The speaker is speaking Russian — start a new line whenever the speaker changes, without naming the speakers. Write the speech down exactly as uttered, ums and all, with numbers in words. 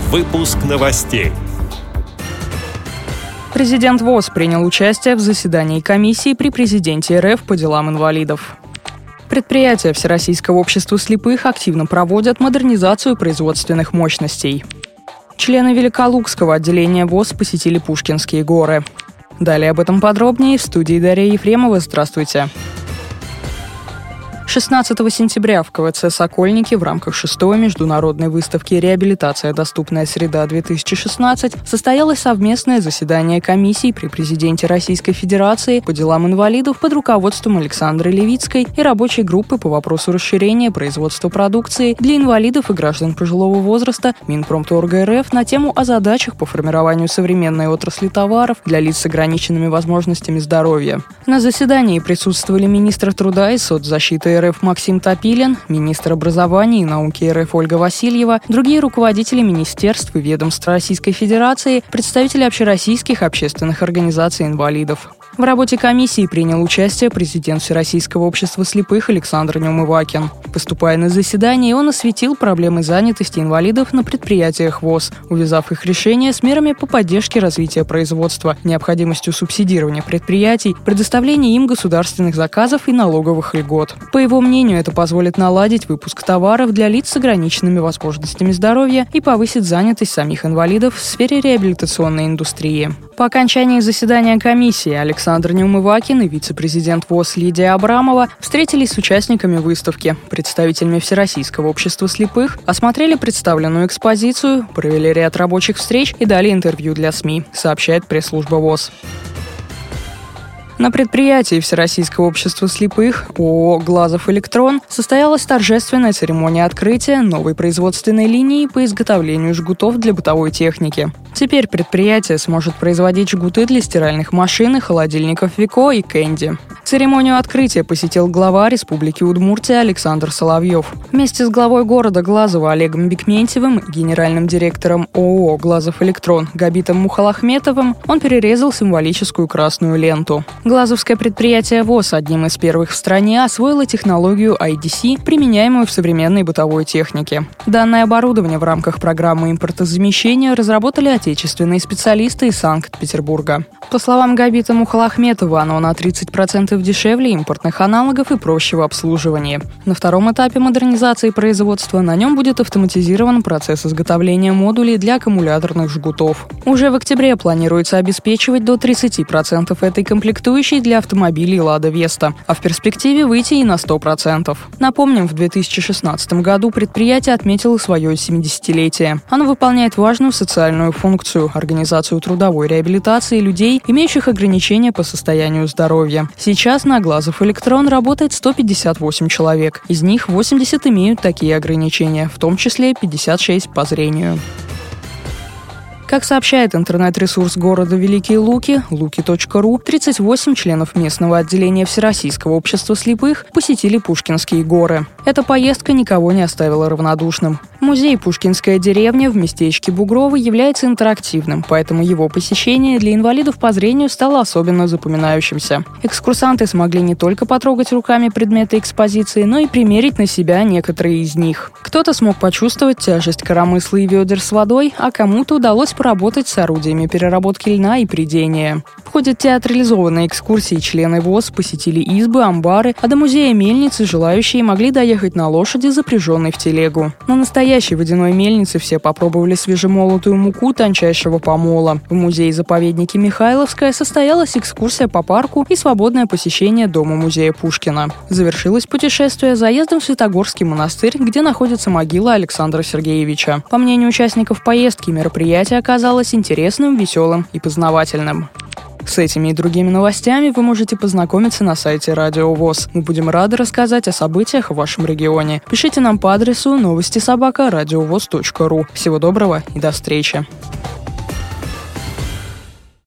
Выпуск новостей.
Президент ВОС принял участие в заседании комиссии при президенте РФ по делам инвалидов. Предприятия Всероссийского общества слепых активно проводят модернизацию производственных мощностей. Члены Великолукского отделения ВОС посетили Пушкинские горы. Далее об этом подробнее в студии Дарья Ефремова. Здравствуйте. шестнадцатого сентября в КВЦ «Сокольники» в рамках шестой международной выставки «Реабилитация. Доступная среда-две тысячи шестнадцать» состоялось совместное заседание комиссии при президенте Российской Федерации по делам инвалидов под руководством Александры Левицкой и рабочей группы по вопросу расширения производства продукции для инвалидов и граждан пожилого возраста Минпромторга РФ на тему о задачах по формированию современной отрасли товаров для лиц с ограниченными возможностями здоровья. На заседании присутствовали министр труда и соцзащиты РФ Максим Топилин, министр образования и науки РФ Ольга Васильева, другие руководители министерств и ведомств Российской Федерации, представители общероссийских общественных организаций инвалидов. В работе комиссии принял участие президент Всероссийского общества слепых Александр Неумывакин. Выступая на заседании, он осветил проблемы занятости инвалидов на предприятиях ВОС, увязав их решение с мерами по поддержке развития производства, необходимостью субсидирования предприятий, предоставления им государственных заказов и налоговых льгот. По его мнению, это позволит наладить выпуск товаров для лиц с ограниченными возможностями здоровья и повысит занятость самих инвалидов в сфере реабилитационной индустрии. По окончании заседания комиссии Александр Неумывакин и вице-президент ВОС Лидия Абрамова встретились с участниками выставки, представителями Всероссийского общества слепых, осмотрели представленную экспозицию, провели ряд рабочих встреч и дали интервью для СМИ, сообщает пресс-служба ВОС. На предприятии Всероссийского общества слепых ООО «Глазов Электрон» состоялась торжественная церемония открытия новой производственной линии по изготовлению жгутов для бытовой техники. Теперь предприятие сможет производить жгуты для стиральных машин и холодильников Вико и Кэнди. Церемонию открытия посетил глава Республики Удмуртия Александр Соловьев. Вместе с главой города Глазова Олегом Бекметьевым и генеральным директором ООО «Глазов Электрон» Габитом Мухалахметовым он перерезал символическую красную ленту. Глазовское предприятие ВОС одним из первых в стране освоило технологию ай ди си, применяемую в современной бытовой технике. Данное оборудование в рамках программы импортозамещения разработали отечественные специалисты из Санкт-Петербурга. По словам Габита Мухалахметова, оно на тридцать процентов дешевле импортных аналогов и проще в обслуживании. На втором этапе модернизации производства на нем будет автоматизирован процесс изготовления модулей для аккумуляторных жгутов. Уже в октябре планируется обеспечивать до тридцать процентов этой комплектующей для автомобилей «Лада Веста», а в перспективе выйти и на сто процентов. Напомним, в две тысячи шестнадцатом году предприятие отметило свое семидесятилетие. Оно выполняет важную социальную функцию – организацию трудовой реабилитации людей, имеющих ограничения по состоянию здоровья. Сейчас на «Глазов Электрон» работает сто пятьдесят восемь человек. Из них восемьдесят имеют такие ограничения, в том числе пятьдесят шесть по зрению. Как сообщает интернет-ресурс города Великие Луки, луки точка ру, тридцать восемь членов местного отделения Всероссийского общества слепых посетили Пушкинские горы. Эта поездка никого не оставила равнодушным. Музей «Пушкинская деревня» в местечке Бугрово является интерактивным, поэтому его посещение для инвалидов по зрению стало особенно запоминающимся. Экскурсанты смогли не только потрогать руками предметы экспозиции, но и примерить на себя некоторые из них. Кто-то смог почувствовать тяжесть коромысла и ведер с водой, а кому-то удалось поработать с орудиями переработки льна и прядения. В ходе театрализованной экскурсии члены ВОС посетили избы, амбары, а до музея мельницы желающие могли доехать на лошади, запряженной в телегу. На настоящей водяной мельнице все попробовали свежемолотую муку тончайшего помола. В музее-заповеднике Михайловская состоялась экскурсия по парку и свободное посещение дома-музея Пушкина. Завершилось путешествие заездом в Святогорский монастырь, где находится могила Александра Сергеевича. По мнению участников поездки, мероприятие оказалось интересным, веселым и познавательным. С этими и другими новостями вы можете познакомиться на сайте Радио ВОС. Мы будем рады рассказать о событиях в вашем регионе. Пишите нам по адресу новости собака радиовос точка ру. Всего доброго и до встречи.